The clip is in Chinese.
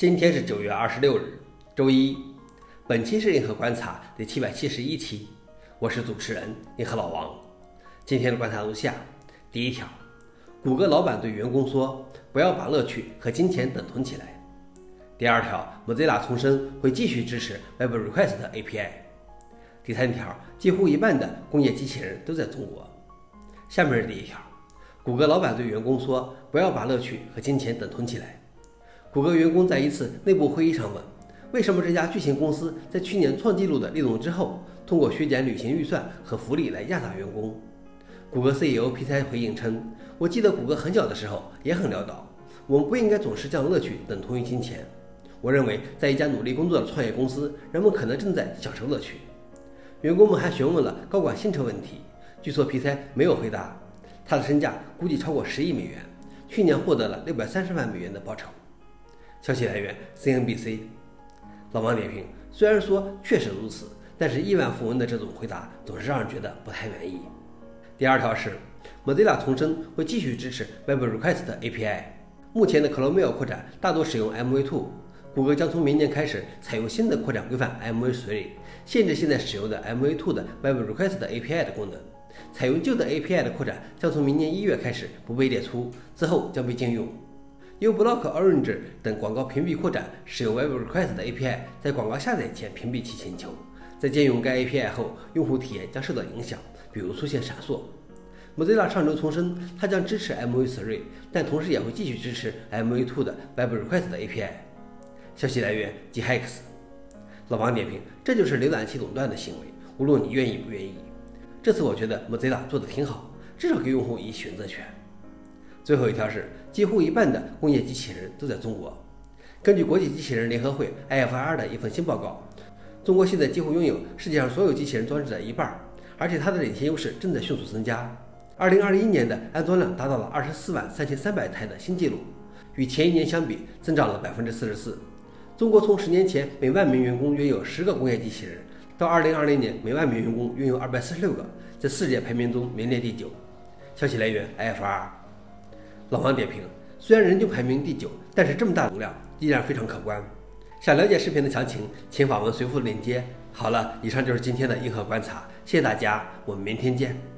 今天是9月26日，周一。本期是银河观察第771期，我是主持人银河老王。今天的观察如下：第一条，谷歌老板对员工说，不要把乐趣和金钱等同起来。第二条 ，Mozilla 重申会继续支持 Web Request API。第三条，几乎一半的工业机器人都在中国。下面是第一条，谷歌老板对员工说，不要把乐趣和金钱等同起来。谷歌员工在一次内部会议上问，为什么这家巨型公司在去年创纪录的利润之后，通过削减旅行预算和福利来压榨员工？谷歌 CEO 皮塞回应称，我记得谷歌很小的时候也很潦倒，我们不应该总是将乐趣等同于金钱。我认为在一家努力工作的创业公司，人们可能正在享受乐趣。员工们还询问了高管薪酬问题，据说皮塞没有回答。他的身价估计超过10亿美元，去年获得了630万美元的报酬。消息来源 CNBC。 老王点评，虽然说确实如此，但是亿万富翁的这种回答总是让人觉得不太满意。第二条是 Mozilla 重申会继续支持 Web Request API。 目前的 Chrome扩展大多使用 MV2， 谷歌将从明年开始采用新的扩展规范 MV3， 限制现在使用的 MV2 的 Web Request API 的功能。采用旧的 API 的扩展将从明年1月开始不被列出，之后将被禁用。uBlock、Orange 等广告屏蔽扩展使用 Web Request 的 API， 在广告下载前屏蔽其请求。在禁用该 API 后，用户体验将受到影响，比如出现闪烁。Mozilla 上周重申，它将支持 MV3， 但同时也会继续支持 MV2 的 Web Request 的 API。消息来源 GHX。老王点评，这就是浏览器垄断的行为，无论你愿意不愿意。这次我觉得 Mozilla 做得挺好，至少给用户以选择权。最后一条是，几乎一半的工业机器人都在中国。根据国际机器人联合会 IFR 的一份新报告，中国现在几乎拥有世界上所有机器人装置的一半，而且它的领先优势正在迅速增加。2021年的安装量达到了24.33万台的新纪录，与前一年相比增长了44%。中国从10年前每万名员工约有10个工业机器人，到2020年每万名员工拥有246个，在世界排名中名列第9。消息来源 IFR。老王点评，虽然人均排名第9，但是这么大容量依然非常可观。想了解视频的详情，请访问随附链接。好了，以上就是今天的硬核观察，谢谢大家，我们明天见。